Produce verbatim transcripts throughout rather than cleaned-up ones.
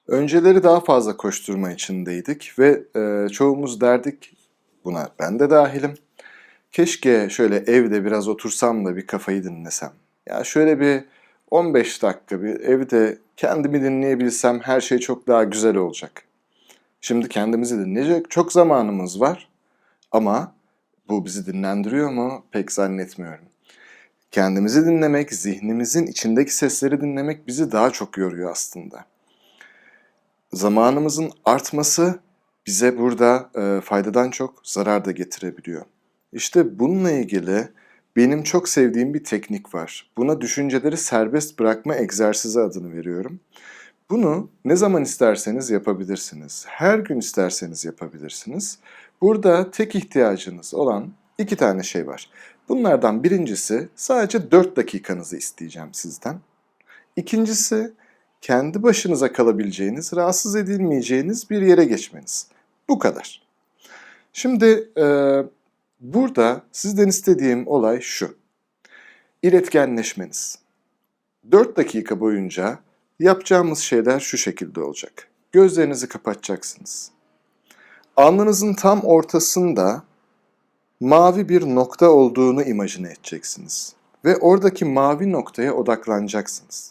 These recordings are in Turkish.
Önceleri daha fazla koşturma içindeydik ve e, çoğumuz derdik, buna ben de dahilim. Keşke şöyle evde biraz otursam da bir kafayı dinlesem. Ya şöyle bir on beş dakika bir evde kendimi dinleyebilsem her şey çok daha güzel olacak. Şimdi kendimizi dinleyecek çok zamanımız var ama bu bizi dinlendiriyor mu pek zannetmiyorum. Kendimizi dinlemek, zihnimizin içindeki sesleri dinlemek bizi daha çok yoruyor aslında. Zamanımızın artması bize burada e, faydadan çok zarar da getirebiliyor. İşte bununla ilgili benim çok sevdiğim bir teknik var. Buna düşünceleri serbest bırakma egzersizi adını veriyorum. Bunu ne zaman isterseniz yapabilirsiniz. Her gün isterseniz yapabilirsiniz. Burada tek ihtiyacınız olan iki tane şey var. Bunlardan birincisi sadece dört dakikanızı isteyeceğim sizden. İkincisi kendi başınıza kalabileceğiniz, rahatsız edilmeyeceğiniz bir yere geçmeniz. Bu kadar. Şimdi e, burada sizden istediğim olay şu. İletkenleşmeniz. dört dakika boyunca yapacağımız şeyler şu şekilde olacak. Gözlerinizi kapatacaksınız. Alnınızın tam ortasında mavi bir nokta olduğunu imajine edeceksiniz. Ve oradaki mavi noktaya odaklanacaksınız.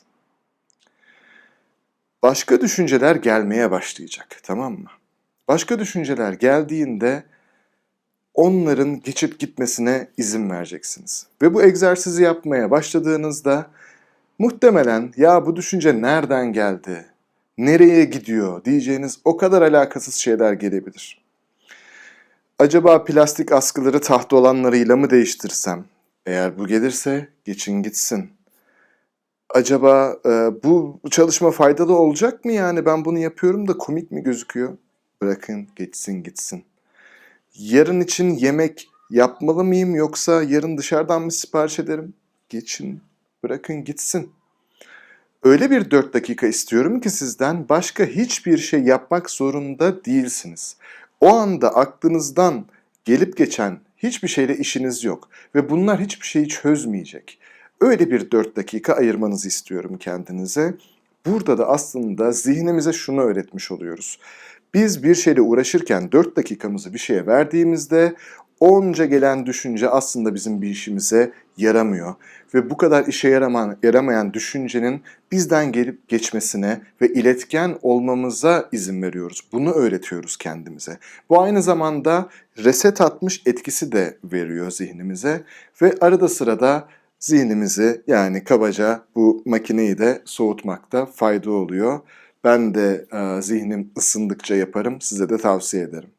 Başka düşünceler gelmeye başlayacak, tamam mı? Başka düşünceler geldiğinde onların geçip gitmesine izin vereceksiniz. Ve bu egzersizi yapmaya başladığınızda muhtemelen ya bu düşünce nereden geldi, nereye gidiyor diyeceğiniz o kadar alakasız şeyler gelebilir. Acaba plastik askıları tahta olanlarıyla mı değiştirsem? Eğer bu gelirse geçin gitsin. Acaba e, bu çalışma faydalı olacak mı yani ben bunu yapıyorum da komik mi gözüküyor? Bırakın geçsin gitsin. Yarın için yemek yapmalı mıyım yoksa yarın dışarıdan mı sipariş ederim? Geçin, bırakın gitsin. Öyle bir dört dakika istiyorum ki sizden başka hiçbir şey yapmak zorunda değilsiniz. O anda aklınızdan gelip geçen hiçbir şeyle işiniz yok ve bunlar hiçbir şeyi çözmeyecek. Öyle bir dört dakika ayırmanızı istiyorum kendinize. Burada da aslında zihnimize şunu öğretmiş oluyoruz. Biz bir şeyle uğraşırken dört dakikamızı bir şeye verdiğimizde onca gelen düşünce aslında bizim bir işimize yaramıyor. Ve bu kadar işe yaraman, yaramayan düşüncenin bizden gelip geçmesine ve iletken olmamıza izin veriyoruz. Bunu öğretiyoruz kendimize. Bu aynı zamanda reset atmış etkisi de veriyor zihnimize ve arada sırada zihnimizi yani kabaca bu makineyi de soğutmakta fayda oluyor. Ben de e, zihnim ısındıkça yaparım, size de tavsiye ederim.